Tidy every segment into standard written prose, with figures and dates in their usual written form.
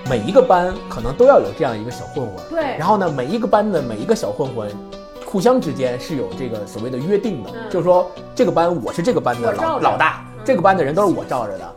每一个班可能都要有这样一个小混混。 对。 然后呢，每一个班的每一个小混混，互相之间是有这个所谓的约定的，就是说这个班我是这个班的老大，这个班的人都是我罩着的。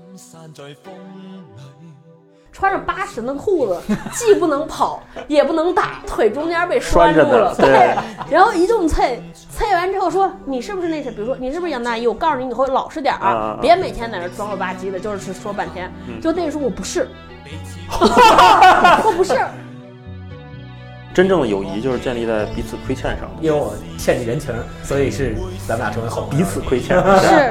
穿着8尺的裤子，既不能跑，也不能打，腿中间被拴住了。对，然后一顿啐完之后说：“你是不是那些？比如说你是不是杨大一？我告诉你以后老实点啊，别每天在那装了吧唧的，就是说半天。”就那个时候我不是，我不是。 真正的友谊就是建立在彼此亏欠上的。 因为我欠你人情，所以是咱们俩成为好彼此亏欠。 是。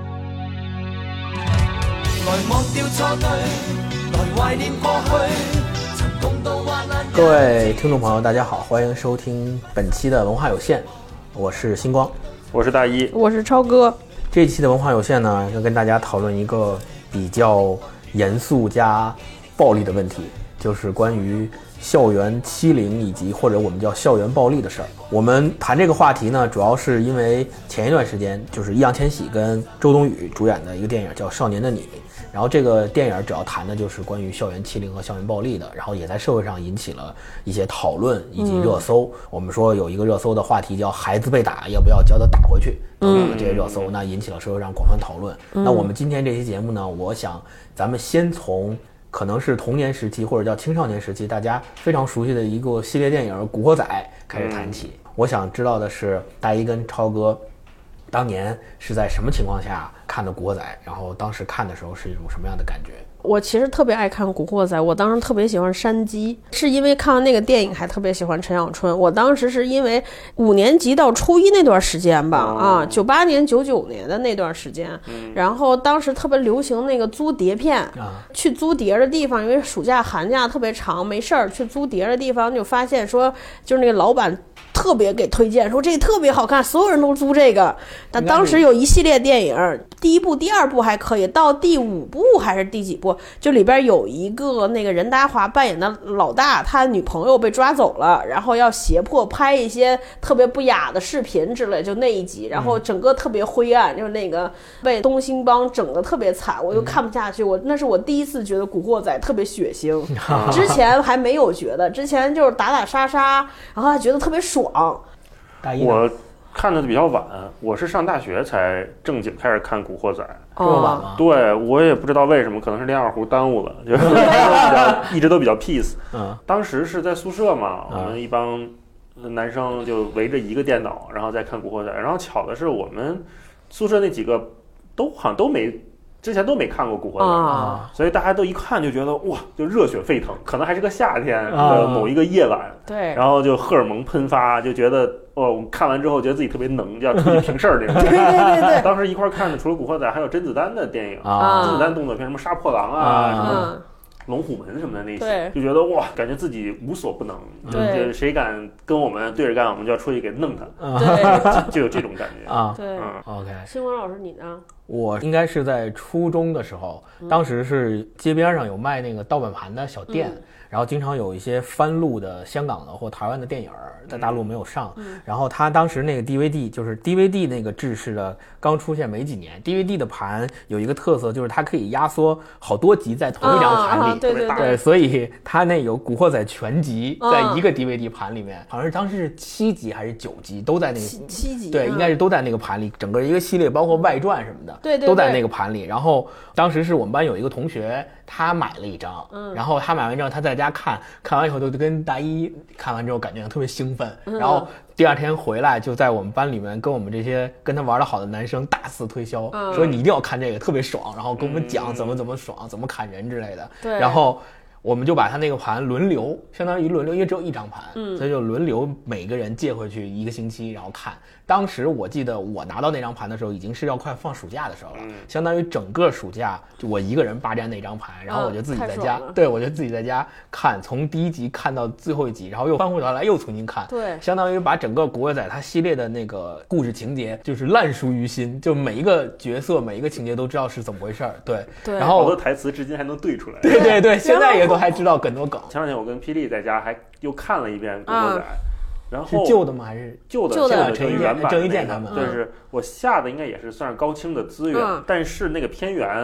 各位听众朋友大家好，欢迎收听本期的文化有限，我是星光， 我是大一， 我是超哥。 这一期的文化有限呢，要跟大家讨论一个比较严肃加暴力的问题，就是关于校园欺凌以及或者我们叫校园暴力的事儿。我们谈这个话题呢，主要是因为前一段时间就是易烊千玺跟周冬雨主演的一个电影叫《少年的你》，然后这个电影主要谈的就是关于校园欺凌和校园暴力的，然后也在社会上引起了一些讨论以及热搜。我们说有一个热搜的话题叫孩子被打要不要教他打回去等等的这些热搜，那引起了社会上广泛讨论。那我们今天这期节目呢，我想咱们先从可能是童年时期或者叫青少年时期大家非常熟悉的一个系列电影《古惑仔》开始谈起。我想知道的是，大一跟超哥当年是在什么情况下看的《古惑仔》，然后当时看的时候是一种什么样的感觉？ 我其实特别爱看《古惑仔》，我当时特别喜欢山鸡，是因为看完那个电影还特别喜欢陈小春。我当时是因为5年级到初一那段时间吧，98年99年的那段时间，然后当时特别流行那个租碟片，去租碟的地方，因为暑假寒假特别长，没事儿去租碟的地方就发现说，就是那个老板特别给推荐说这个特别好看，所有人都租这个。但当时有一系列电影，第1部、第2部还可以，到第5部还是第几部，就里边有一个那个任达华扮演的老大，他女朋友被抓走了，然后要胁迫拍一些特别不雅的视频之类，就那一集，然后整个特别灰暗，就是那个被东兴帮整得特别惨，我就看不下去。那是我第一次觉得古惑仔特别血腥，之前还没有觉得，之前就是打打杀杀，然后还觉得特别爽。 我看的比较晚，我是上大学才正经开始看古惑仔。 这么晚吗？ 对，我也不知道为什么，可能是练二胡耽误了，就是一直都比较 peace。当时是在宿舍嘛，我们一帮男生就围着一个电脑，然后再看古惑仔。然后巧的是，我们宿舍那几个好像都没。之前都没看过古惑仔，所以大家都一看就觉得哇，就热血沸腾，可能还是个夏天的某一个夜晚， 对， 然后就荷尔蒙喷发，就觉得我看完之后觉得自己特别能，就要出去平事儿那种。 对。 当时一块看的除了古惑仔，还有甄子丹的电影，甄子丹动作片，什么杀破狼啊，什么龙虎门什么的那些，就觉得哇，感觉自己无所不能，就谁敢跟我们对着干，我们就要出去给弄他， 对， 就有这种感觉啊。 对 ，OK。 星光老师，你呢？ 我应该是在初中的时候，当时是街边上有卖那个盗版盘的小店，然后经常有一些翻录的香港的或台湾的电影在大陆没有上，然后他当时那个 DVD 就是 DVD 那个制式的刚出现没几年， DVD 的盘有一个特色，就是它可以压缩好多集在同一张盘里， 对， 所以它那有古惑仔全集在一个 DVD 盘里面，好像是当时是7集还是9集都在那个 7集， 对，应该是都在那个盘里，整个一个系列包括外传什么的， 对， 都在那个盘里。然后当时是我们班有一个同学，他买了一张，然后他买完一张，他在家看完以后就跟大一看完之后感觉特别兴奋，然后第2天回来就在我们班里面跟我们这些跟他玩得好的男生大肆推销，说你一定要看这个，特别爽，然后跟我们讲怎么爽，怎么砍人之类的。 对， 然后我们就把他那个盘轮流，相当于轮流，因为只有一张盘，所以就轮流每个人借回去1个星期，然后看。当时我记得我拿到那张盘的时候，已经是要快放暑假的时候了，相当于整个暑假就我一个人霸占那张盘，然后我就自己在家，对，我就自己在家看，从第1集看到最后一集，然后又翻回头来又重新看， 对， 相当于把整个古惑仔它系列的那个故事情节就是烂熟于心，就每一个角色每一个情节都知道是怎么回事儿，对，然后好多台词至今还能对出来， 对，现在也都还知道很多梗。 前2天我跟霹雳在家还又看了一遍古惑仔。然后是旧的吗？还是旧的郑伊健他们？就是我下的应该也是算是高清的资源，但是那个片源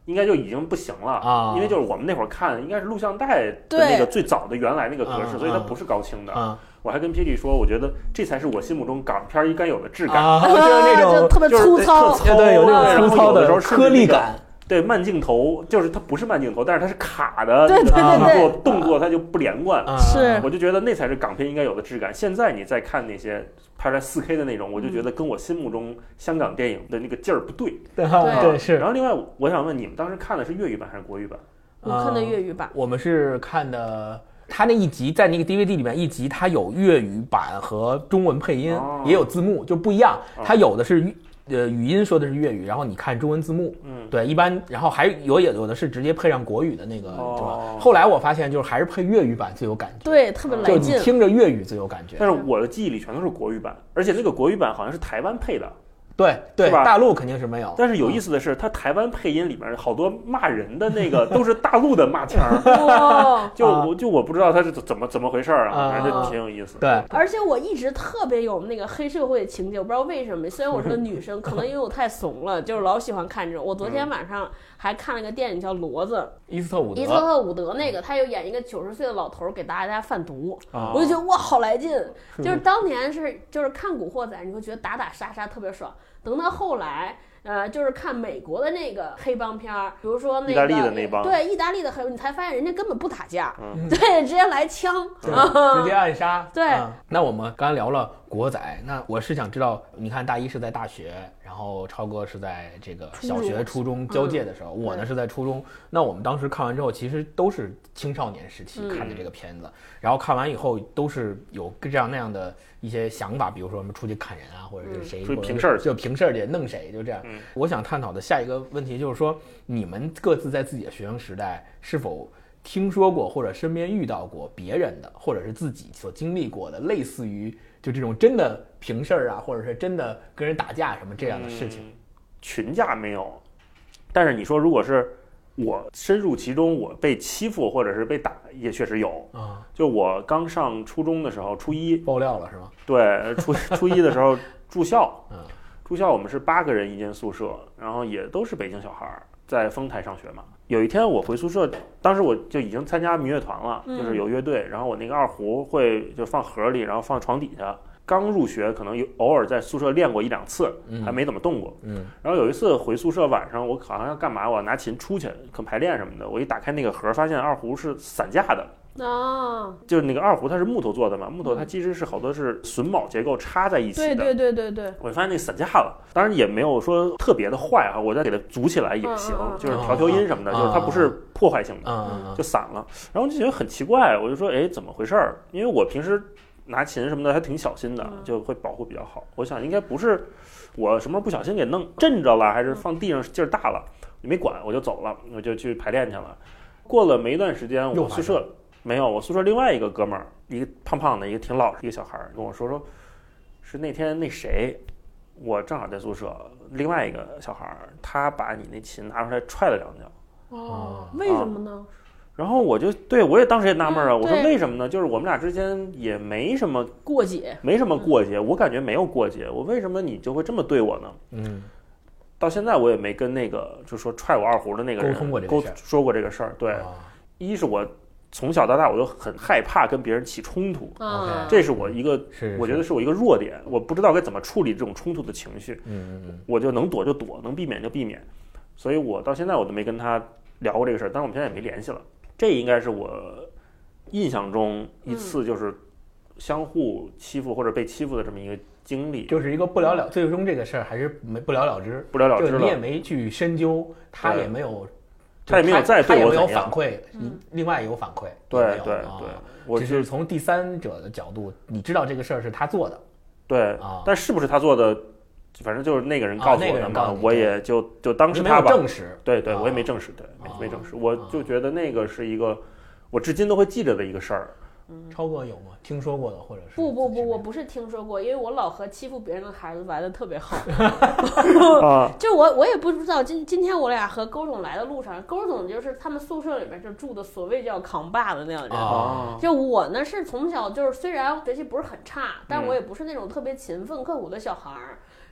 应该就已经不行了啊， 因为就是我们那会儿看应该是录像带的那个最早的原来那个格式，所以它不是高清的。我还跟 P G 说，我觉得这才是我心目中港片应该有的质感， 就是那种就特别粗糙， 对，有那种粗糙的颗粒感。 对，慢镜头就是它不是慢镜头，但是它是卡的， 对， 动作它就不连贯。 是， 我就觉得那才是港片应该有的质感。现在你再看那些拍出来4K 的那种，我就觉得跟我心目中香港电影的那个劲儿不对。 对，是。 然后另外，我想问你们当时看的是粤语版还是国语版？ 我看的粤语版。 我们是看的。它那一集在那个 DVD 里面，一集它有粤语版和中文配音，也有字幕，就不一样。它有的是语音说的是粤语，然后你看中文字幕。对，一般，然后还有的是直接配上国语的那个，对吧？后来我发现就是还是配粤语版最有感觉， 对，特别来劲， 就你听着粤语最有感觉。 但是我的记忆里全都是国语版，而且那个国语版好像是台湾配的。 对，大陆肯定是没有。 但是有意思的是，它台湾配音里面好多骂人的那个都是大陆的骂腔就我不知道它是怎么回事啊，反正挺有意思。 对， 而且我一直特别有那个黑社会情节，我不知道为什么。虽然我是个女生，可能因为我太怂了，就是老喜欢看这种。我昨天晚上还看了个电影叫《骡子》，伊斯特伍德那个，他有演一个90岁的老头给大家贩毒，我就觉得哇好来劲。就是当年就是看《古惑仔》，你会觉得打打杀杀特别爽。等到后来，就是看美国的那个黑帮片儿，比如说那个意大利的那帮， 对，意大利的黑帮，你才发现人家根本不打架，对，直接来枪， 直接暗杀。 对， 那我们刚才聊了国仔，那我是想知道，你看大一是在大学，然后超哥是在这个小学、初中交界的时候，我呢是在初中。那我们当时看完之后，其实都是青少年时期看的这个片子，然后看完以后都是有这样那样的一些想法，比如说我们出去砍人啊，或者是谁平事儿， 就平事儿去弄谁，就这样。我想探讨的下一个问题就是说，你们各自在自己的学生时代是否听说过或者身边遇到过别人的，或者是自己所经历过的，类似于就这种真的平事儿啊，或者是真的跟人打架什么这样的事情？ 群架没有，但是你说如果是我深入其中，我被欺负或者是被打，也确实有啊。就我刚上初中的时候，初一爆料了是吗？ 对，初一的时候住校，住校我们是8个人一间宿舍，然后也都是北京小孩，在丰台上学嘛。有一天我回宿舍，当时我就已经参加民乐团了，就是有乐队，然后我那个二胡会就放盒里，然后放床底下。刚入学，可能偶尔在宿舍练过1、2次，还没怎么动过。然后有一次回宿舍，晚上我好像要干嘛，我要拿琴出去，可排练什么的。我一打开那个盒，发现二胡是散架的。就是那个二胡它是木头做的嘛，木头它其实是好多是榫卯结构插在一起的。 对。 我发现那散架了，当然也没有说特别的坏啊，我再给它组起来也行，就是调音什么的，就是它不是破坏性的，就散了。然后就觉得很奇怪，我就说，哎，怎么回事儿？因为我平时拿琴什么的还挺小心的，就会保护比较好。我想应该不是我什么不小心给弄震着了，还是放地上劲儿大了，没管，我就走了，我就去排练去了。过了没一段时间，我宿舍没有，我宿舍另外一个哥们儿，一个胖胖的，一个挺老实一个小孩，跟我说是那天那谁，我正好在宿舍，另外一个小孩他把你那琴拿出来踹了2脚。 为什么呢？ 然后我也当时也纳闷啊，我说为什么呢？就是我们俩之间也没什么过节，我感觉没有过节，我为什么你就会这么对我呢？到现在我也没跟那个就说踹我二胡的那个人说过这个事儿。对，一是我从小到大我就很害怕跟别人起冲突，这是我一个我觉得是我一个弱点，我不知道该怎么处理这种冲突的情绪。我就能躲就躲，能避免就避免，所以我到现在我都没跟他聊过这个事儿，但是我们现在也没联系了。这应该是我印象中一次就是相互欺负或者被欺负的这么一个经历， 就是一个最终这个事儿还是不了了之了。你也没去深究，他也没有再对我怎样，他也没有反馈，另外有反馈。 对， 我只是从第三者的角度，你知道这个事儿是他做的， 对但是不是他做的？反正就是那个人告诉我的嘛，我也就当时他吧， 证实， 对，我也没证实，对，没证实，我就觉得那个是一个我至今都会记着的一个事儿。 超哥有吗？听说过的，或者是不，我不是听说过，因为我老和欺负别人的孩子玩的特别好。就我也不知道，今天我俩和勾总来的路上，勾总就是他们宿舍里面就住的所谓叫扛把的那样的人。就我呢是从小就是虽然学习不是很差，但我也不是那种特别勤奋刻苦的小孩儿。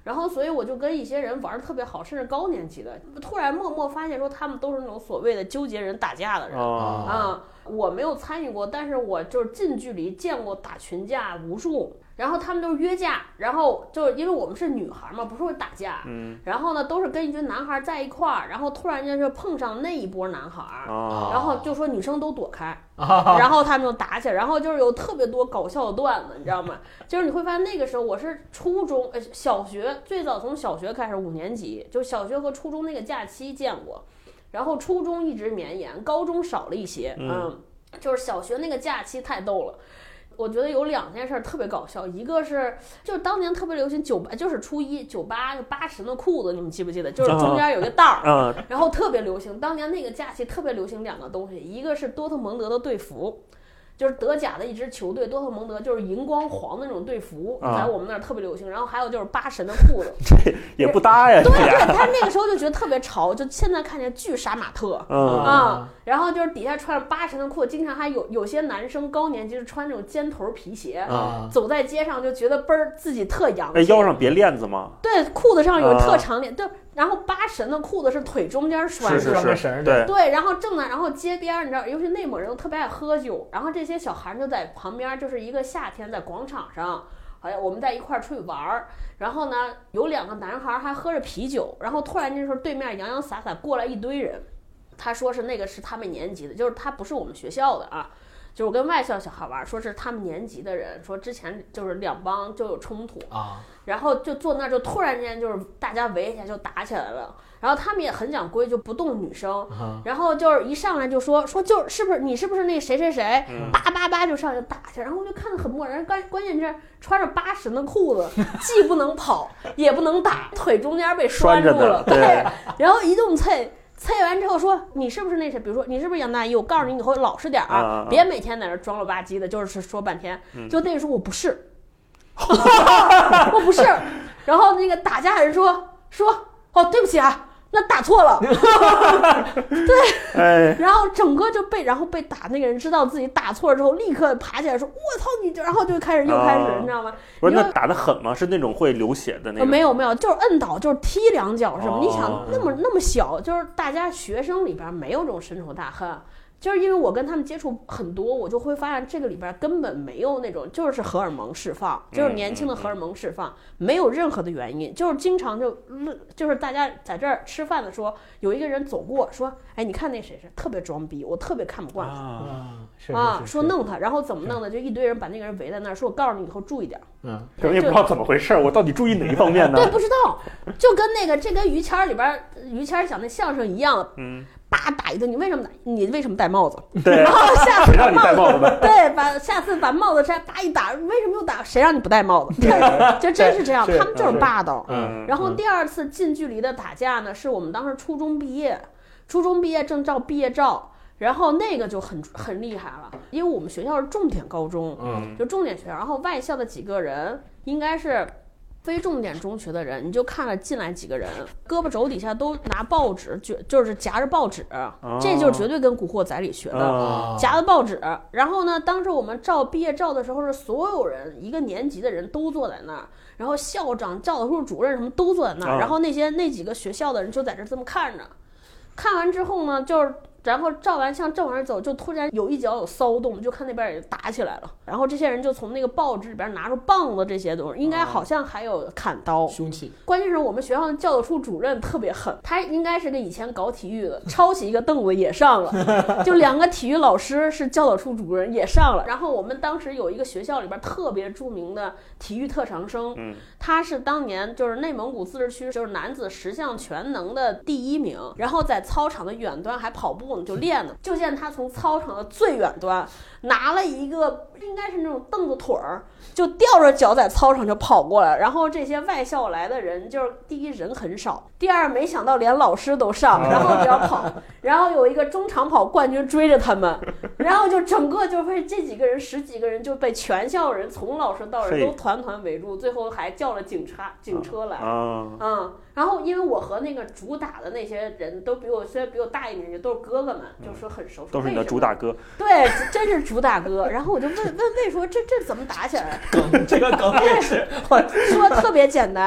然后所以我就跟一些人玩的特别好，甚至高年级的，突然默默发现说他们都是那种所谓的纠结人打架的人啊。我没有参与过，但是我就是近距离见过打群架无数。然后他们都是约架，然后就是因为我们是女孩嘛，不是会打架，然后呢都是跟一群男孩在一块儿，然后突然间就碰上那一波男孩，然后就说女生都躲开，然后他们就打起来，然后就是有特别多搞笑的段子，你知道吗？就是你会发现那个时候我是初中小学，最早从小学开始5年级，就小学和初中那个假期见过，然后初中一直绵延，高中少了一些，就是小学那个假期太逗了。我觉得有2件事特别搞笑，一个是就是当年特别流行98，就是初一98就80的裤子，你们记不记得？就是中间有一个带儿，然后特别流行。当年那个假期特别流行2个东西，一个是多特蒙德的队服。就是德甲的一支球队多特蒙德，就是荧光黄的那种队服，在我们那儿特别流行。然后还有就是8神的裤子， 这也不搭呀。 对，他那个时候就觉得特别潮，就现在看见巨杀马特然后就是底下穿着8神的裤子，经常还有些男生高年级是穿那种尖头皮鞋，走在街上就觉得倍儿自己特洋气。 腰上别链子吗？ 对，裤子上有特长链，对。然后8神的裤子是腿中间拴着， 是对，然后然后街边你知道，尤其内蒙人都特别爱喝酒，然后这些小孩就在旁边，就是一个夏天在广场上，好像我们在一块儿出去玩，然后呢有2个男孩还喝着啤酒，然后突然这时候对面洋洋洒洒过来一堆人，他说是那个是他们年级的，就是他不是我们学校的啊。就是我跟外校小孩玩，说是他们年级的人，说之前就是2帮就有冲突然后就坐那儿就突然间就是大家围一下就打起来了，然后他们也很讲规矩，就不动女生，然后就是一上来就说就是不是你是不是那谁谁谁，叭就上去打去，然后我就看得很漠然，关键是穿着8神的裤子，既不能跑也不能打，腿中间被拴住了，对，然后一顿啐完之后说你是不是那谁，比如说你是不是杨大一，我告诉你以后老实点别每天在那装了吧唧的，就是说半天，就那个时候我不是我不是，然后那个打架的人说对不起啊，那打错了对，然后整个就被打那个人知道自己打错了之后立刻爬起来说我操你，然后就又开始你知道吗？ 不是那打得狠吗？是那种会流血的那种？ 没有就是摁倒，就是踢2脚什么你想那么小，就是大家学生里边没有这种深仇大恨，就是因为我跟他们接触很多，我就会发现这个里边根本没有那种就是荷尔蒙释放，就是年轻的荷尔蒙释放，没有任何的原因，就是经常就是大家在这儿吃饭的时候，有一个人走过说，哎，你看那谁特别装逼，我特别看不惯说弄他，然后怎么弄的，就一堆人把那个人围在那儿，说我告诉你以后注意点。 可能也不知道怎么回事，我到底注意哪一方面呢？ 对，不知道，就跟这跟于谦里边于谦讲那相声一样，打一顿，你为什么戴帽子？ 对， 然后下次谁让你戴帽子的？ 对，下次把帽子摘，一打，为什么又打？谁让你不戴帽子？就真是这样，他们就是霸道。然后第2次近距离的打架呢，是我们当时初中毕业正照毕业照。然后那个就很厉害了，因为我们学校是重点高中，就重点学校，然后外校的几个人应该是非重点中学的人，你就看了进来几个人，胳膊肘底下都拿报纸，就是夹着报纸，这就是绝对跟《古惑仔》里学的，夹着报纸。然后呢，当时我们照毕业照的时候，是所有人一个年级的人都坐在那儿，然后校长、教导处主任什么都坐在那儿，然后那几个学校的人就在这么看着。看完之后呢，然后照完相正往走，就突然有一脚有骚动，就看那边也打起来了。然后这些人就从那个报纸里边拿出棒子这些东西，应该好像还有砍刀、 凶器。 关键是我们学校的教导处主任特别狠，他应该是个以前搞体育的，抄起一个凳子也上了，就2个体育老师是教导处主任也上了。然后我们当时有一个学校里边特别著名的体育特长生，他是当年就是内蒙古自治区就是男子10项全能的第1名，然后在操场的远端还跑步呢，就练呢。就见他从操场的最远端拿了一个应该是那种凳子腿儿，就吊着脚在操场就跑过来。然后这些外校来的人，就是第一人很少，第二没想到连老师都上，然后就要跑，然后有一个中长跑冠军追着他们，然后就整个就被这几个人10几个人就被全校人从老师到人都团围住，最后还叫了警车来。然后因为我和那个主打的那些人都虽然比我大一年纪，都是哥哥们，就是很熟， 都是你的主打哥。 对，真是主打哥。然后我就问魏说这怎么打起来？ 这个梗也是， 说特别简单，这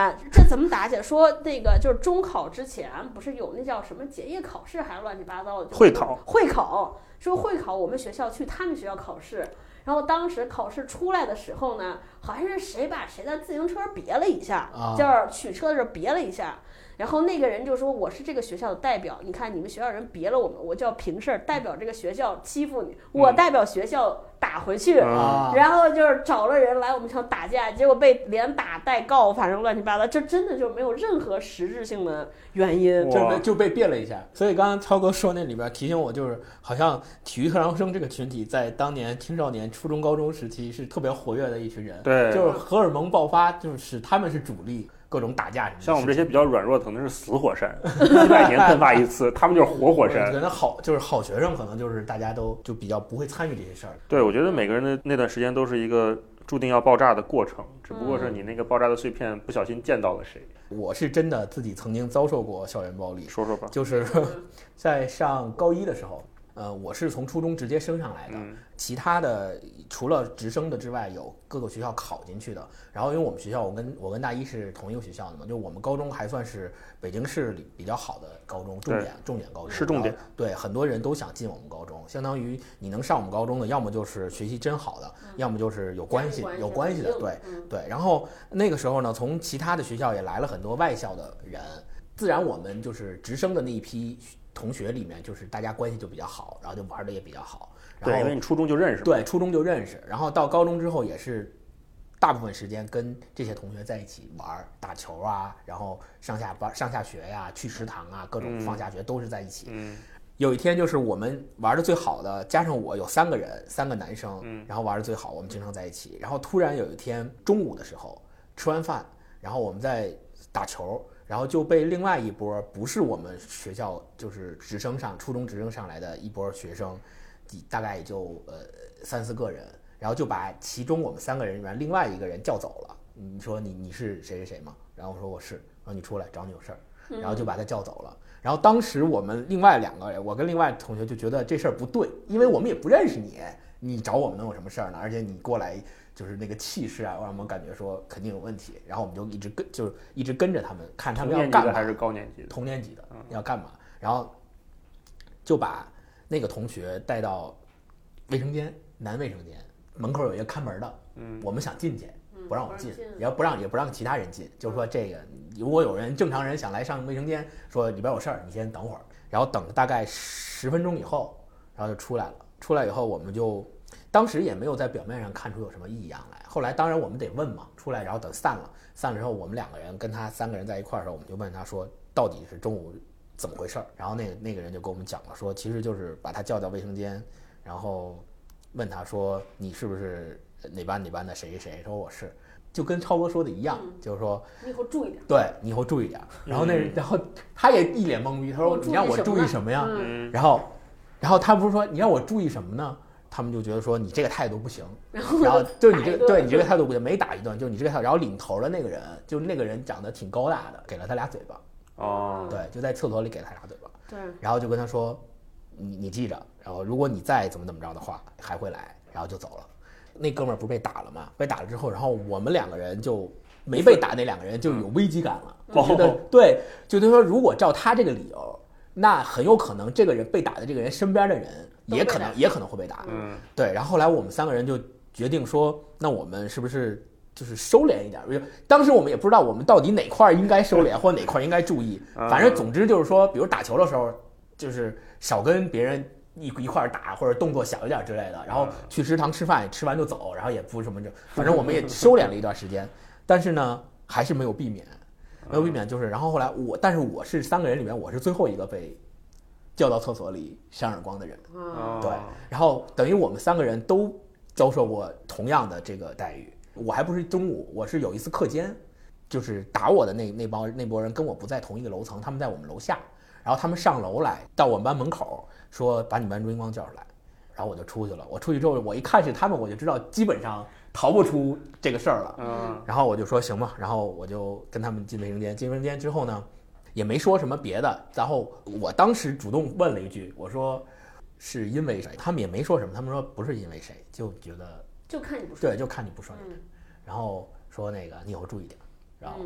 怎么打起来？说那个就是中考之前不是有那叫什么结业考试，还是乱七八糟的会考。 说会考，我们学校去他们学校考试。然后当时考试出来的时候呢，好像是谁把谁的自行车别了一下，就是取车的时候别了一下。然后那个人就说我是这个学校的代表，你看你们学校人别了我们，我就要平事儿，代表这个学校欺负你，我代表学校打回去。然后就是找了人来我们学校打架，结果被连打带告，反正乱七八糟，这真的就没有任何实质性的原因， 就被别了一下。所以刚刚超哥说那里边提醒我，就是好像体育特长生这个群体在当年青少年初中高中时期是特别活跃的一群人， 对， 就是荷尔蒙爆发，就是他们是主力，各种打架什么的。 像我们这些比较软弱的，可能是死火山，几百年喷发一次，他们就是活火山。 可能就是好学生，可能就是大家都就比较不会参与这些事儿。 对，我觉得每个人的那段时间都是一个注定要爆炸的过程，只不过是你那个爆炸的碎片不小心见到了谁。 我是真的自己曾经遭受过校园暴力， 说说吧。 就是在上高一的时候，我是从初中直接升上来的，其他的除了直升的之外，有各个学校考进去的。然后因为我们学校，我跟大一是同一个学校的嘛，就我们高中还算是北京市里比较好的高中，重点高中， 是重点。 对，很多人都想进我们高中，相当于你能上我们高中的，要么就是学习真好的，要么就是有关系的，对。然后那个时候呢，从其他的学校也来了很多外校的人，自然我们就是直升的那一批同学里面，就是大家关系就比较好，然后就玩的也比较好。然后对，因为你初中就认识。 对，初中就认识，然后到高中之后也是大部分时间跟这些同学在一起玩，打球啊，然后上下学呀，去食堂啊，各种放下学都是在一起。有一天就是我们玩的最好的，加上我有3个男生，然后玩的最好，我们经常在一起。然后突然有一天中午的时候吃完饭，然后我们在打球。然后就被另外一波不是我们学校就是初中直升上来的一波学生，大概也就3、4个人，然后就把其中我们3个人里面另外一个人叫走了。你说你是谁谁谁吗？然后我说我是，然后你出来找你有事儿，然后就把他叫走了。然后当时我们另外2个人，我跟另外同学就觉得这事儿不对，因为我们也不认识你找我们能有什么事儿呢？而且你过来就是那个气势啊，让我们感觉说肯定有问题。然后我们就一直跟着他们，看他们要干嘛。 还是高年级的？ 同年级的，要干嘛？然后就把那个同学带到卫生间，男卫生间门口有一个看门的，我们想进去，不让我们进，也不让其他人进，就是说这个如果有正常人想来上卫生间，说里边有事儿，你先等会儿。然后等了大概10分钟以后，然后就出来了。出来以后，我们就当时也没有在表面上看出有什么异样来。后来当然我们得问嘛，出来然后等散了之后，我们2个人跟他3个人在一块儿的时候，我们就问他说到底是中午怎么回事儿。然后那个人就跟我们讲了，说其实就是把他叫到卫生间，然后问他说你是不是哪班的谁谁谁？说我是。就跟超哥说的一样，就是说你以后注意点。 对，你以后注意点。然后然后他也一脸懵逼，他说你让我注意什么呀？然后他不是说你让我注意什么呢？他们就觉得说你这个态度不行，然后就你这个态度不行，没打一顿，就你这个态度。然后领头的那个人，就那个人长得挺高大的，给了他俩嘴巴。 哦， 对，就在厕所里给他俩嘴巴。 对， 然后就跟他说，你记着，然后如果你再怎么着的话，还会来，然后就走了。那哥们儿不是被打了吗？被打了之后，然后我们2个人就没被打，那2个人就有危机感了，觉得对，就说如果照他这个理由，那很有可能这个人被打的这个人身边的人也可能会被打。对。然后后来我们3个人就决定说，那我们是不是就是收敛一点？当时我们也不知道我们到底哪块应该收敛，或哪块应该注意。反正总之就是说，比如打球的时候，就是少跟别人一块打，或者动作小一点之类的，然后去食堂吃饭，吃完就走，然后也不什么反正我们也收敛了一段时间，但是呢，还是没有避免，就是，然后后来但是我是3个人里面我是最后一个被叫到厕所里扇耳光的人，对，然后等于我们3个人都遭受过同样的这个待遇。我还不是中午，我是有一次课间，就是打我的那波人跟我不在同一个楼层，他们在我们楼下。然后他们上楼来到我们班门口，说把你们班朱英光叫出来，然后我就出去了。我出去之后，我一看是他们，我就知道基本上逃不出这个事儿了。然后我就说行吧，然后我就跟他们进卫生间。进卫生间之后呢，也没说什么别的。然后我当时主动问了一句，我说是因为谁？他们也没说什么，他们说不是因为谁，就觉得就看你不顺， 对，就看你不顺眼。然后说那个你以后注意点，然后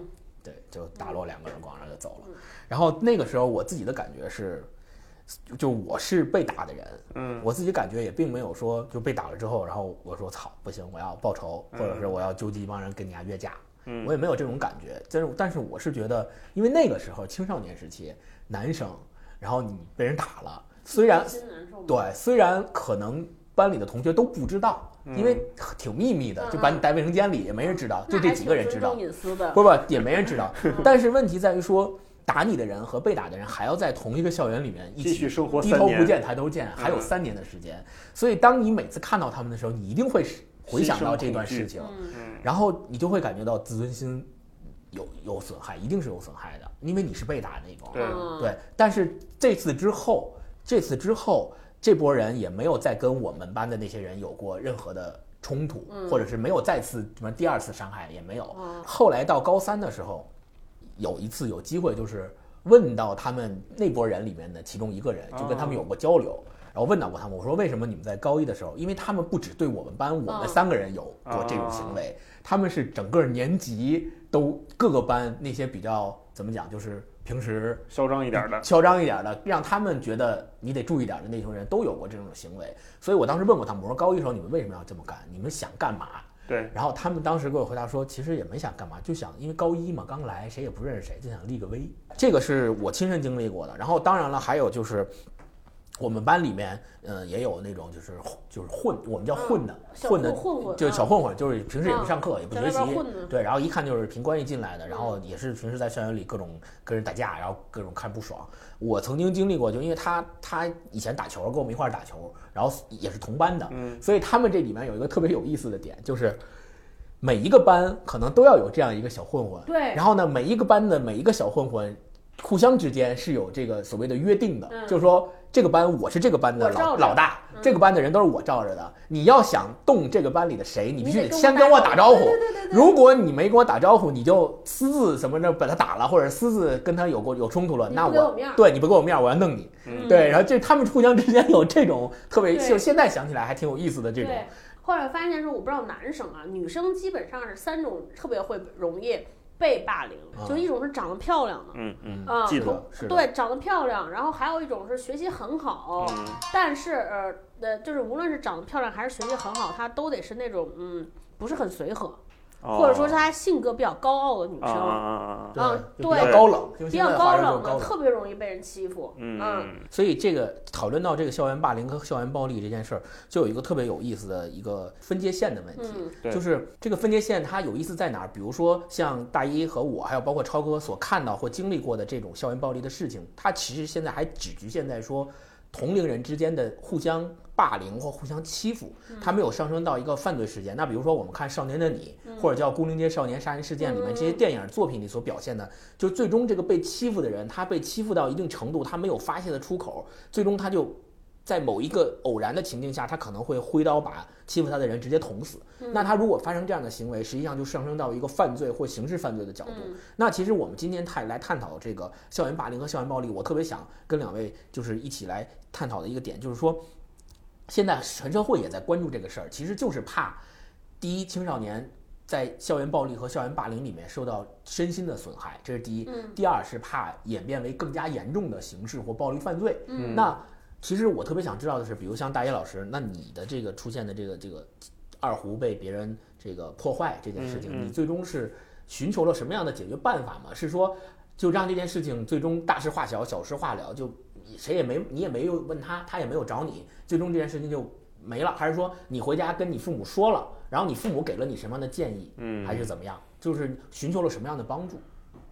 对，就打落2个耳光，然后就走了。然后那个时候我自己的感觉是，就我是被打的人，我自己感觉也并没有说就被打了之后，然后我说操不行，我要报仇，或者是我要纠集一帮人跟你约架，我也没有这种感觉。但是我是觉得，因为那个时候青少年时期，男生，然后你被人打了，虽然可能班里的同学都不知道。因为挺秘密的，就把你带卫生间里，也没人知道，就这几个人知道，不也没人知道。但是问题在于说，打你的人和被打的人还要在同一个校园里面一起生活， 低头不见抬头见，还有3年的时间。所以当你每次看到他们的时候，你一定会回想到这段事情，然后你就会感觉到自尊心有损害，一定是有损害的，因为你是被打的那种。对。但是这次之后。这波人也没有再跟我们班的那些人有过任何的冲突，或者是没有再次什么第2次伤害也没有。后来到高3的时候，有一次有机会就是问到他们那波人里面的其中一个人，就跟他们有过交流，然后问到过他们，我说为什么你们在高1的时候，因为他们不只对我们班我们3个人有过这种行为，他们是整个年级都各个班那些比较怎么讲，就是平时嚣张一点的， 让他们觉得你得注意点的那群人都有过这种行为。所以我当时问过他们，我说高1时候你们为什么要这么干？你们想干嘛？ 对。 然后他们当时给我回答说，其实也没想干嘛，就想因为高1嘛，刚来谁也不认识谁，就想立个威。这个是我亲身经历过的。然后当然了，还有就是我们班里面，也有那种就是混，我们叫混的，就是小混混，就是平时也不上课，也不学习，对，然后一看就是凭关系进来的，然后也是平时在校园里各种跟人打架，然后各种看不爽。我曾经经历过，就因为他以前打球，跟我们一块打球，然后也是同班的，所以他们这里面有一个特别有意思的点，就是每一个班可能都要有这样一个小混混， 对， 然后呢，每一个班的每一个小混混互相之间是有这个所谓的约定的，就是说这个班我是这个班的老大，这个班的人都是我罩着的。你要想动这个班里的谁，你必须得先跟我打招呼。如果你没跟我打招呼，你就私自什么的把他打了，或者私自跟他有冲突了，那对你不给我面，我要弄你。对，然后他们互相之间有这种特别，就现在想起来还挺有意思的这种。 后来发现是我不知道男生啊，女生基本上是3种特别容易被霸凌，就一种是长得漂亮的， 记得是对，长得漂亮，然后还有一种是学习很好，但是就是无论是长得漂亮还是学习很好，她都得是那种不是很随和。或者说是她性格比较高傲的女生， 对，比较高冷， 比较高冷的，特别容易被人欺负。 所以这个讨论到这个校园霸凌和校园暴力这件事儿，就有一个特别有意思的一个分界线的问题，就是这个分界线它有意思在哪儿？比如说像大一和我，还有包括超哥所看到或经历过的这种校园暴力的事情，它其实现在还只局限在说同龄人之间的互相霸凌或互相欺负，它没有上升到一个犯罪事件。那比如说我们看《少年的你》或者叫《牯岭街少年杀人事件》里面这些电影作品里所表现的，就最终这个被欺负的人，他被欺负到一定程度，他没有发泄的出口，最终他就在某一个偶然的情境下，他可能会挥刀把欺负他的人直接捅死。那他如果发生这样的行为，实际上就上升到一个犯罪或刑事犯罪的角度。那其实我们今天来探讨这个校园霸凌和校园暴力，我特别想跟2位就是一起来探讨的一个点，就是说现在全社会也在关注这个事儿，其实就是怕第一，青少年在校园暴力和校园霸凌里面受到身心的损害，这是第一。第二是怕演变为更加严重的刑事或暴力犯罪。那其实我特别想知道的是，比如像大一老师，那你的这个出现的这个二胡被别人这个破坏这件事情，你最终是寻求了什么样的解决办法吗？是说就让这件事情最终大事化小，小事化了，就谁也没你也没有问他，他也没有找你，最终这件事情就没了？还是说你回家跟你父母说了，然后你父母给了你什么样的建议，还是怎么样？就是寻求了什么样的帮助？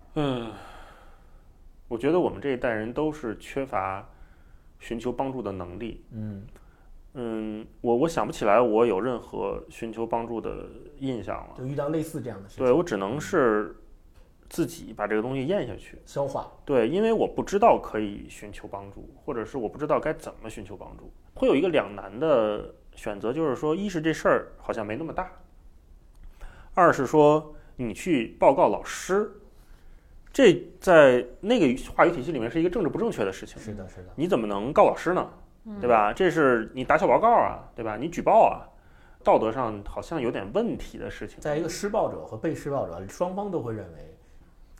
我觉得我们这一代人都是缺乏寻求帮助的能力。我想不起来我有任何寻求帮助的印象了， 就遇到类似这样的事情。 对，我只能是自己把这个东西咽下去， 消化。 对，因为我不知道可以寻求帮助，或者是我不知道该怎么寻求帮助，会有一个两难的选择，就是说，一是这事儿好像没那么大，二是说你去报告老师。这在那个话语体系里面是一个政治不正确的事情。 是的，是的。 你怎么能告老师呢？对吧？这是你打小报告啊，对吧？你举报啊，道德上好像有点问题的事情。 在一个施暴者和被施暴者双方都会认为，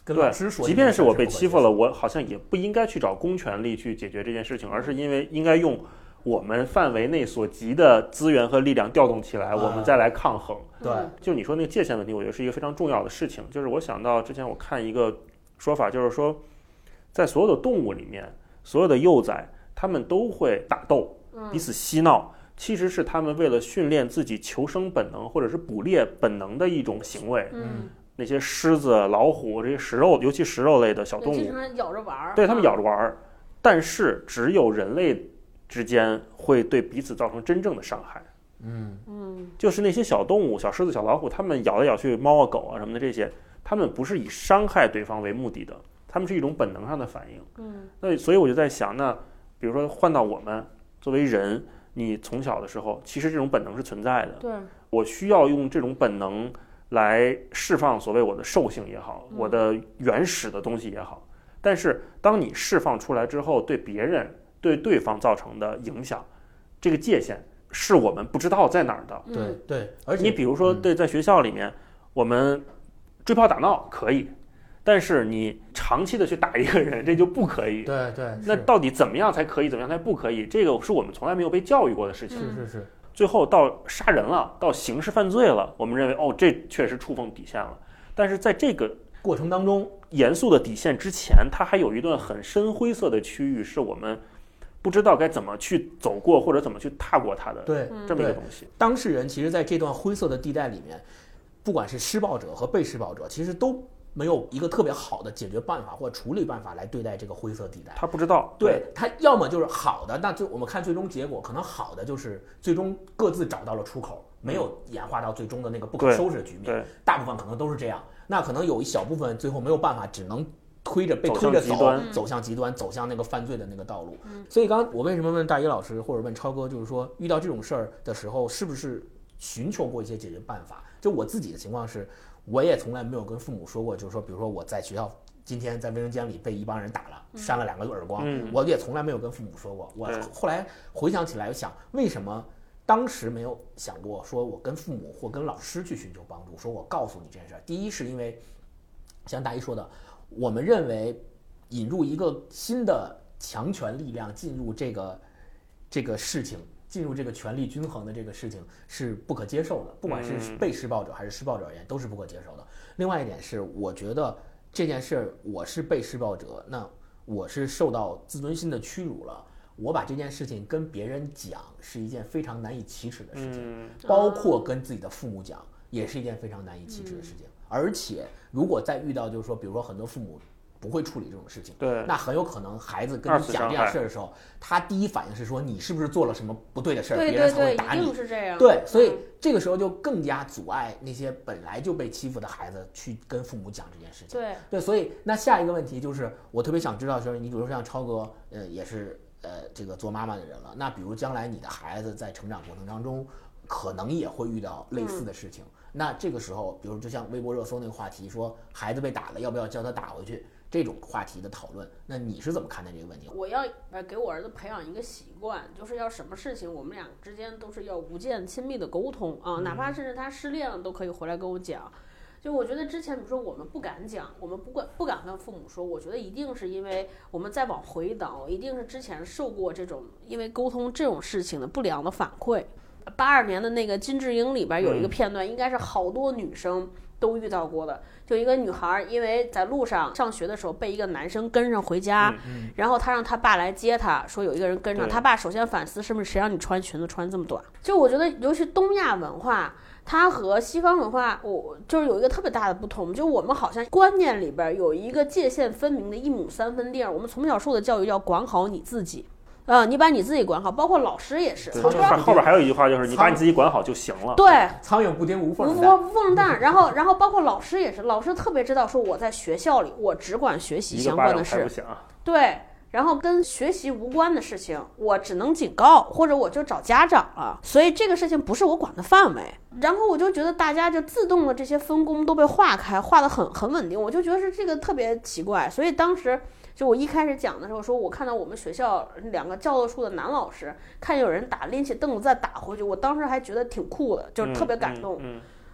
跟老师说， 即便是我被欺负了，我好像也不应该去找公权力去解决这件事情，而是因为应该用我们范围内所及的资源和力量调动起来，我们再来抗衡。 对， 就你说那个界限问题，我觉得是一个非常重要的事情。就是我想到之前我看一个说法，就是说在所有的动物里面，所有的幼崽他们都会打斗，彼此嬉闹，其实是他们为了训练自己求生本能或者是捕猎本能的一种行为。那些狮子、老虎这些食肉，尤其食肉类的小动物， 经常咬着玩， 对，他们咬着玩。但是只有人类之间会对彼此造成真正的伤害。就是那些小动物，小狮子、小老虎，他们咬来咬去，猫啊、狗啊什么的这些，他们不是以伤害对方为目的的，他们是一种本能上的反应。那所以我就在想，那比如说换到我们作为人，你从小的时候，其实这种本能是存在的。 对， 我需要用这种本能来释放所谓我的兽性也好，我的原始的东西也好。但是当你释放出来之后，对别人、对对方造成的影响，这个界限是我们不知道在哪儿的。 对，而且你比如说，对，在学校里面，我们追跑打闹可以，但是你长期的去打一个人，这就不可以。 对， 那到底怎么样才可以，怎么样才不可以？这个是我们从来没有被教育过的事情。 是。 最后到杀人了，到刑事犯罪了，我们认为这确实触碰底线了。但是在这个过程当中， 严肃的底线之前，它还有一段很深灰色的区域，是我们不知道该怎么去走过或者怎么去踏过它的。 对， 这么一个东西。 当事人其实在这段灰色的地带里面，不管是施暴者和被施暴者，其实都没有一个特别好的解决办法或者处理办法来对待这个灰色地带。 他不知道， 对，他要么就是好的，那就我们看最终结果，可能好的就是最终各自找到了出口，没有演化到最终的那个不可收拾的局面。大部分可能都是这样。那可能有一小部分最后没有办法，只能被推着走向极端，走向那个犯罪的那个道路。所以刚刚我为什么问大一老师或者问超哥，就是说遇到这种事儿的时候，是不是寻求过一些解决办法？就我自己的情况是，我也从来没有跟父母说过，就是说，比如说我在学校今天在卫生间里被一帮人打了，扇了2个耳光，我也从来没有跟父母说过。我后来回想起来，想为什么当时没有想过说我跟父母或跟老师去寻求帮助，说我告诉你这件事儿。第一是因为像大一说的，我们认为引入一个新的强权力量进入这个事情，进入这个权力均衡的这个事情是不可接受的，不管是被施暴者还是施暴者而言都是不可接受的。另外一点是，我觉得这件事我是被施暴者，那我是受到自尊心的屈辱了。我把这件事情跟别人讲是一件非常难以启齿的事情，包括跟自己的父母讲也是一件非常难以启齿的事情。而且如果再遇到就是说，比如说很多父母不会处理这种事情， 对， 那很有可能孩子跟你讲这件事的时候，他第一反应是说你是不是做了什么不对的事儿，别人才会打你。 一定是这样。 对，所以这个时候就更加阻碍那些本来就被欺负的孩子去跟父母讲这件事情。对，所以那下一个问题就是我特别想知道，就是你比如说像超哥，也是这个做妈妈的人了，那比如将来你的孩子在成长过程当中，可能也会遇到类似的事情。那这个时候，比如就像微博热搜那个话题，说孩子被打了，要不要叫他打回去？这种话题的讨论，那你是怎么看待这个问题？ 我要给我儿子培养一个习惯，就是要什么事情我们俩之间都是要无间亲密的沟通啊，哪怕甚至他失恋了都可以回来跟我讲。就我觉得之前比如说我们不敢讲，我们不敢跟父母说，我觉得一定是因为我们再往回倒，一定是之前受过这种因为沟通这种事情的不良的反馈。82年的那个金智英里边有一个片段，应该是好多女生都遇到过的，就一个女孩因为在路上上学的时候被一个男生跟上回家，然后她让她爸来接她，说有一个人跟上，她爸首先反思是不是谁让你穿裙子穿这么短。就我觉得尤其东亚文化它和西方文化就是有一个特别大的不同，就我们好像观念里边有一个界限分明的1亩3分地，我们从小受的教育叫管好你自己。你把你自己管好，包括老师也是。 后边还有一句话就是你把你自己管好就行了。 对， 苍蝇不叮无缝蛋。然后包括老师也是，老师特别知道说我在学校里我只管学习相关的事，对，然后跟学习无关的事情我只能警告，或者我就找家长了。所以这个事情不是我管的范围。然后我就觉得大家就自动的这些分工都被划开，划得很稳定，我就觉得是这个特别奇怪。所以当时就我一开始讲的时候说，我看到我们学校2个教导处的男老师看见有人打，拎起凳子再打回去，我当时还觉得挺酷的，就是特别感动。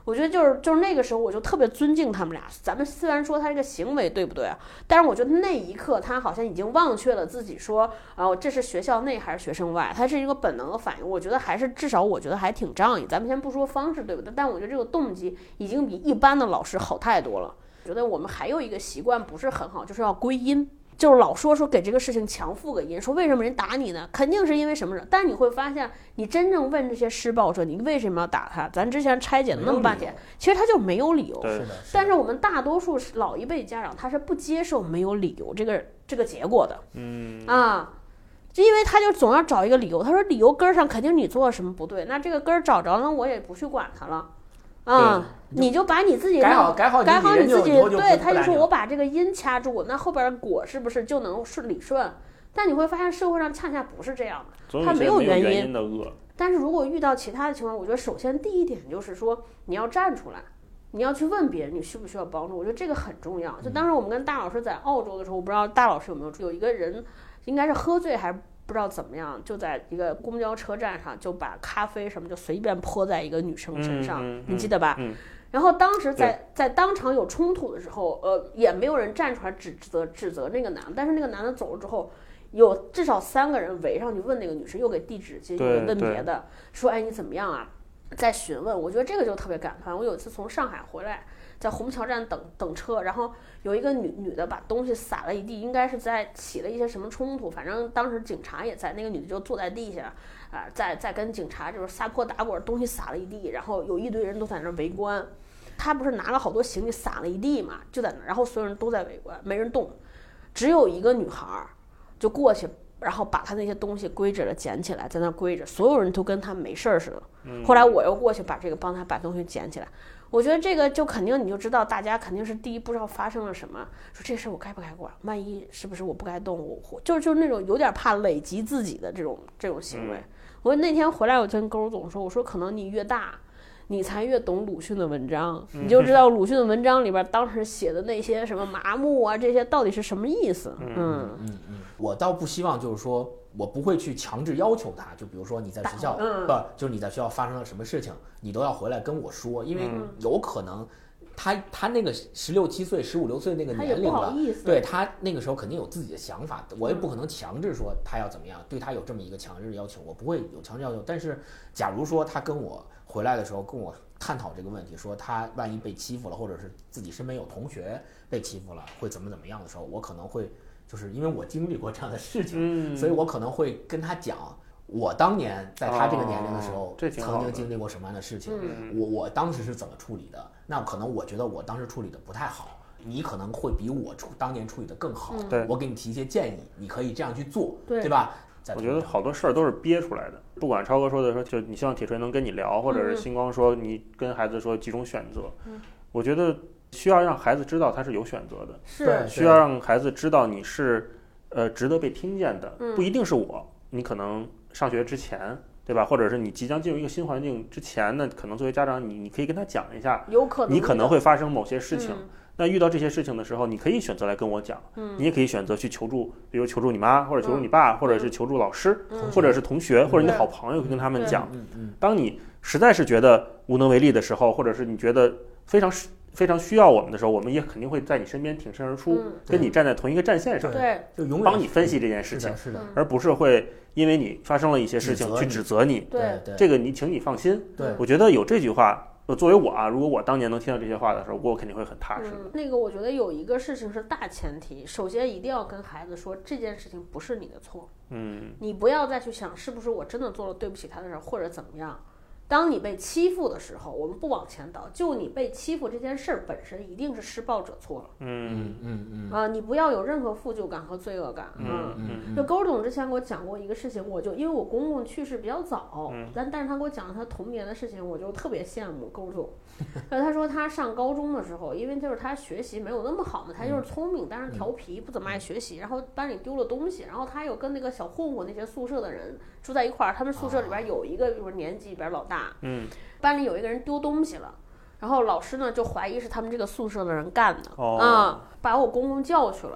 我觉得就是那个时候我就特别尊敬他们俩。咱们虽然说他这个行为对不对啊，但是我觉得那一刻他好像已经忘却了自己说这是学校内还是学生外，他是一个本能的反应。我觉得还是至少我觉得还挺仗义。咱们先不说方式对不对，但我觉得这个动机已经比一般的老师好太多了。我觉得我们还有一个习惯不是很好，就是要归因。就是老说给这个事情强附个因，说为什么人打你呢？肯定是因为什么人。但你会发现，你真正问这些施暴者，你为什么要打他？咱之前拆解了那么半天，其实他就没有理由。但是我们大多数老一辈家长，他是不接受没有理由这个结果的。因为他就总要找一个理由。他说理由根上肯定你做了什么不对，那这个根找着了，我也不去管他了。你就把你自己改好你自己，对，他就说我把这个因掐住，那后边果是不是就能顺理顺？但你会发现社会上恰恰不是这样的，它没有原因的恶。 但是如果遇到其他的情况，我觉得首先第一点就是说你要站出来，你要去问别人你需不需要帮助，我觉得这个很重要。就当时我们跟大老师在澳洲的时候，我不知道大老师有没有一个人应该是喝醉还是不知道怎么样，就在一个公交车站上就把咖啡什么就随便泼在一个女生身上，你记得吧？然后当时在当场有冲突的时候，也没有人站出来指责那个男的，但是那个男的走了之后，有至少3个人围上去问那个女生，又给递纸巾，又给问别的，说哎你怎么样啊？在询问。我觉得这个就特别感叹。我有一次从上海回来，在虹桥站等车，然后有一个女的把东西撒了一地，应该是在起了一些什么冲突，反正当时警察也在，那个女的就坐在地下在跟警察就是撒泼打滚，东西撒了一地，然后有一堆人都在那围观。他不是拿了好多行李撒了一地嘛，就在那，然后所有人都在围观，没人动，只有一个女孩就过去，然后把他那些东西归着了，捡起来在那归着，所有人都跟他没事似的。后来我又过去帮他把东西捡起来。我觉得这个就肯定你就知道，大家肯定是第一不知道发生了什么，说这事我该不该管，万一是不是我不该动，我就是那种有点怕累及自己的这种行为。我那天回来我就跟勾总说，我说可能你越大你才越懂鲁迅的文章，你就知道鲁迅的文章里边当时写的那些什么麻木啊，这些到底是什么意思。 我倒不希望就是说我不会去强制要求他，就比如说你在学校就是你在学校发生了什么事情，你都要回来跟我说，因为有可能他那个16、17岁、15、16岁那个年龄了，对他那个时候肯定有自己的想法，我也不可能强制说他要怎么样，对他有这么一个强制的要求，我不会有强制要求。但是假如说他跟我回来的时候跟我探讨这个问题，说他万一被欺负了，或者是自己身边有同学被欺负了，会怎么样的时候，我可能会就是因为我经历过这样的事情，所以我可能会跟他讲我当年在他这个年龄的时候曾经经历过什么样的事情，我当时是怎么处理的。那可能我觉得我当时处理的不太好，你可能会比我当年处理的更好，我给你提一些建议，你可以这样去做，对吧？ 我觉得好多事儿都是憋出来的，不管超哥说的说就你希望铁锤能跟你聊，或者是星光说你跟孩子说几种选择，我觉得需要让孩子知道他是有选择的，需要让孩子知道你是值得被听见的，不一定是我，你可能上学之前，对吧？或者是你即将进入一个新环境之前呢，可能作为家长你可以跟他讲一下， 有可能你可能会发生某些事情。那遇到这些事情的时候，你可以选择来跟我讲，你也可以选择去求助，比如求助你妈，或者求助你爸，或者是求助老师，或者是同学，或者你的好朋友，跟他们讲。当你实在是觉得无能为力的时候，或者是你觉得非常需要我们的时候，我们也肯定会在你身边挺身而出，跟你站在同一个战线上， 就永远帮你分析这件事情，而不是会因为你发生了一些事情去指责你。 对， 这个请你放心。 对， 我觉得有这句话。作为我如果我当年能听到这些话的时候，我肯定会很踏实。 那个我觉得有一个事情是大前提，首先一定要跟孩子说这件事情不是你的错，你不要再去想是不是我真的做了对不起他的事或者怎么样。当你被欺负的时候，我们不往前倒，就你被欺负这件事本身一定是施暴者错了。你不要有任何负疚感和罪恶感。就勾总之前给我讲过一个事情，我就因为我公公去世比较早，但是他给我讲了他童年的事情，我就特别羡慕勾总。他说他上高中的时候，因为就是他学习没有那么好嘛，他就是聪明，但是调皮，不怎么爱学习，然后班里丢了东西，然后他有跟那个小混混那些宿舍的人住在一块儿，他们宿舍里边有一个就是年纪里边老大。班里有一个人丢东西了，然后老师呢就怀疑是他们这个宿舍的人干的，把我公公叫去了。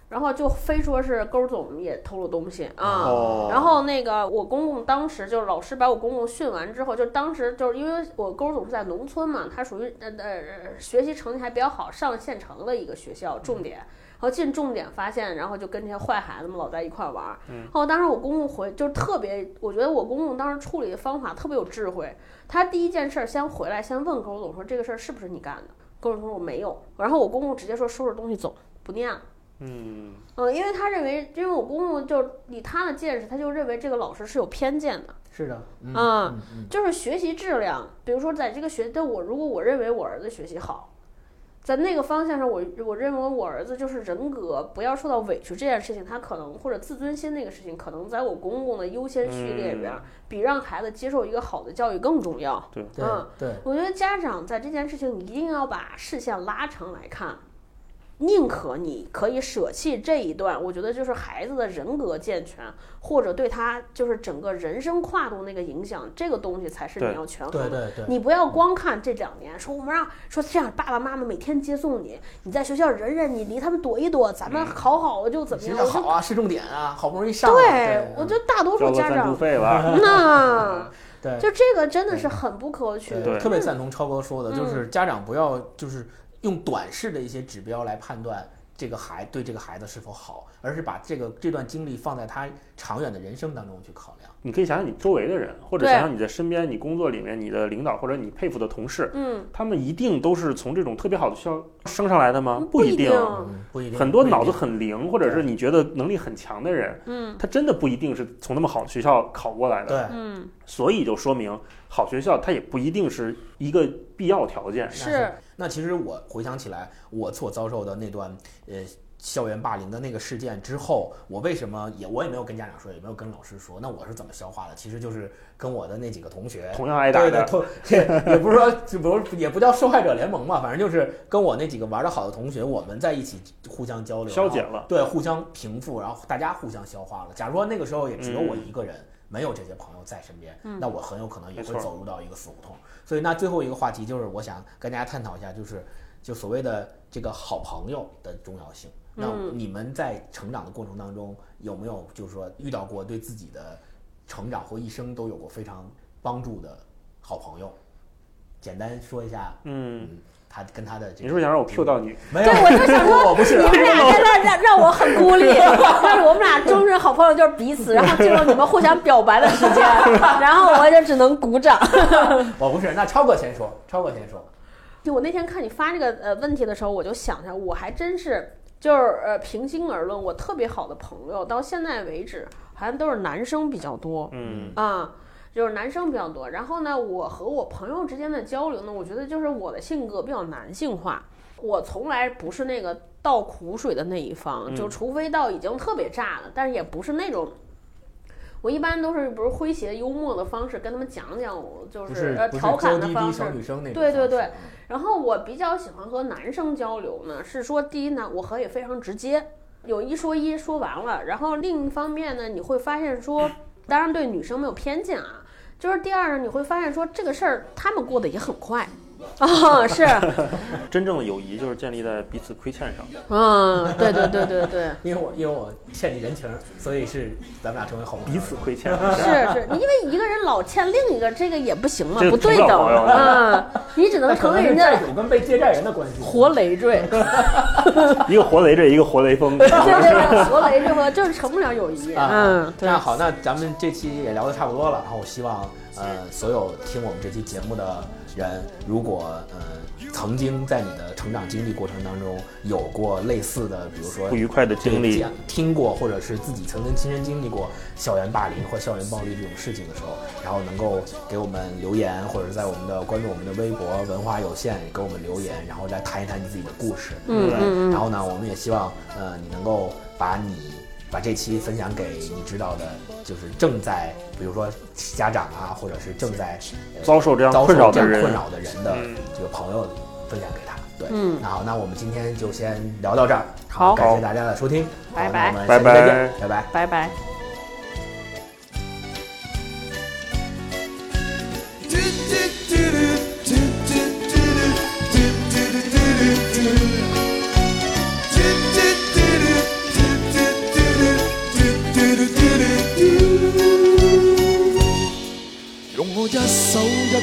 然后就非说是勾总也偷了东西啊。然后那个我公公当时就是老师把我公公训完之后，就当时就是因为我勾总是在农村嘛，他属于学习成绩还比较好，上县城的一个学校重点。然后进重点发现，然后就跟这些坏孩子们老在一块玩。然后当时我公公就是特别，我觉得我公公当时处理的方法特别有智慧。他第一件事先回来，先问勾总说这个事儿是不是你干的？勾总说我没有。然后我公公直接说收拾东西走，不念了。因为他认为，因为我公公就以他的见识，他就认为这个老师是有偏见的。 是的， 就是学习质量，比如说在这个如果我认为我儿子学习好，在那个方向上，我认为我儿子就是人格不要受到委屈这件事情，他可能或者自尊心那个事情，可能在我公公的优先序列里边，比让孩子接受一个好的教育更重要。 对， 我觉得家长在这件事情，你一定要把视线拉长来看。宁可你可以舍弃这一段，我觉得就是孩子的人格健全，或者对他就是整个人生跨度那个影响，这个东西才是你要权衡的。 对， 你不要光看这2年，说我们说这样爸爸妈妈每天接送你，你在学校忍，你离他们躲一躲，咱们考好了就怎么样？ 学校好啊，市重点啊，好不容易上。 对，我觉得大多数家长那对， 就这个真的是很不可取。 特别赞同超哥说的，就是家长不要就是用短视的一些指标来判断对这个孩子是否好，而是把这段经历放在他长远的人生当中去考量。 你可以想想你周围的人，或者想想你在身边，你工作里面你的领导或者你佩服的同事，他们一定都是从这种特别好的学校升上来的吗？ 不一定， 很多脑子很灵，或者是你觉得能力很强的人，他真的不一定是从那么好的学校考过来的。 对， 所以就说明好学校它也不一定是一个必要条件。 是。 那其实我回想起来，我所遭受的那段校园霸凌的那个事件之后，我为什么我也没有跟家长说，也没有跟老师说，那我是怎么消化的？其实就是跟我的那几个同学同样挨打的， 也不是说也不叫受害者联盟嘛，反正就是跟我那几个玩得好的同学，我们在一起互相交流， 消解了， 对，互相平复，然后大家互相消化了。假如说那个时候也只有我一个人。没有这些朋友在身边，那我很有可能也会走入到一个死胡同。所以那最后一个话题就是我想跟大家探讨一下，就所谓的这个好朋友的重要性。那你们在成长的过程当中有没有就是说遇到过对自己的成长或一生都有过非常帮助的好朋友？简单说一下，他跟他的这个， 你是不是想让我 Q 到你？ 没有， 对，我就想说， 我不是， 你们俩在那让我很孤立，但是我们俩终身好朋友就是彼此，然后进入你们互相表白的时间，然后我就只能鼓掌。 我不是，那超哥先说。 就我那天看你发这个问题的时候，我就想着，我还真是就是平心而论，我特别好的朋友到现在为止好像都是男生比较多，就是男生比较多。然后呢，我和我朋友之间的交流呢，我觉得就是我的性格比较男性化，我从来不是那个倒苦水的那一方，就除非到已经特别炸了，但是也不是那种。我一般都是比如诙谐幽默的方式跟他们讲，就是调侃的方式，对。然后我比较喜欢和男生交流呢，是说第一呢，我和也非常直接，有一说一，说完了。然后另一方面呢，你会发现说，当然对女生没有偏见啊，就是第二呢，你会发现说这个事儿他们过得也很快。是真正的友谊就是建立在彼此亏欠上。 对。 因为我欠你人情，所以是咱们俩成为好朋友。 彼此亏欠。 是，因为一个人老欠另一个，这个也不行嘛，不对等。你只能成为人家债主跟被借债人的关系， 活累赘。 一个活累赘，一个活雷锋。 对，活累赘和就是成不了友谊。 那好，那咱们这期也聊得差不多了，然后我希望所有听我们这期节目的人，如果曾经在你的成长经历过程当中有过类似的，比如说不愉快的经历， 听过或者是自己曾经亲身经历过校园霸凌或校园暴力这种事情的时候，然后能够给我们留言，或者在我们的关注我们的微博文化有限给我们留言，然后来谈一谈你自己的故事，然后呢，我们也希望你能够把这期分享给你知道的，就是正在比如说家长啊，或者是正在遭受这样困扰的人的这个朋友分享给他。对，那好，那我们今天就先聊到这儿。 好， 感谢大家的收听， 拜拜， 拜拜，拜拜， 拜拜。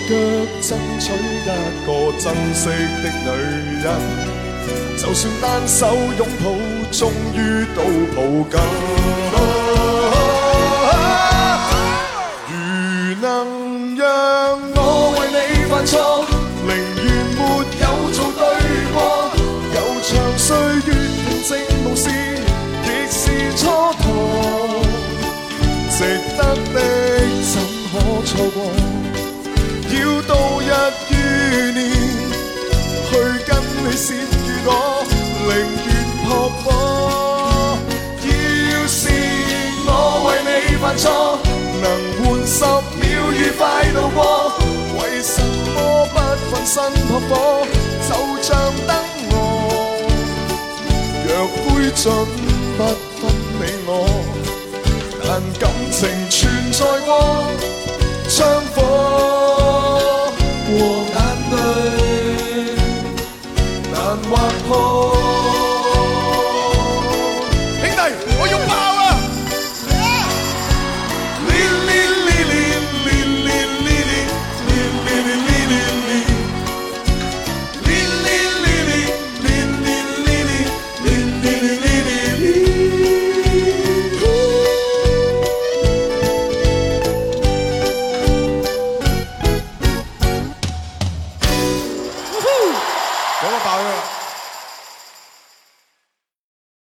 腳爭取一個珍惜的女人，就算單手擁抱，終於都抱緊。如能讓我為你犯錯，寧願沒有做對過，悠長歲月平靜無事，亦是蹉跎。值得的怎可錯過？要度日如年，去跟你閃與躲，寧願撲火。要是我為你犯錯，能換10秒愉快度過，為什麼不奮身撲火？就像燈蛾，若灰燼不分你我，但感情存在過，槍火。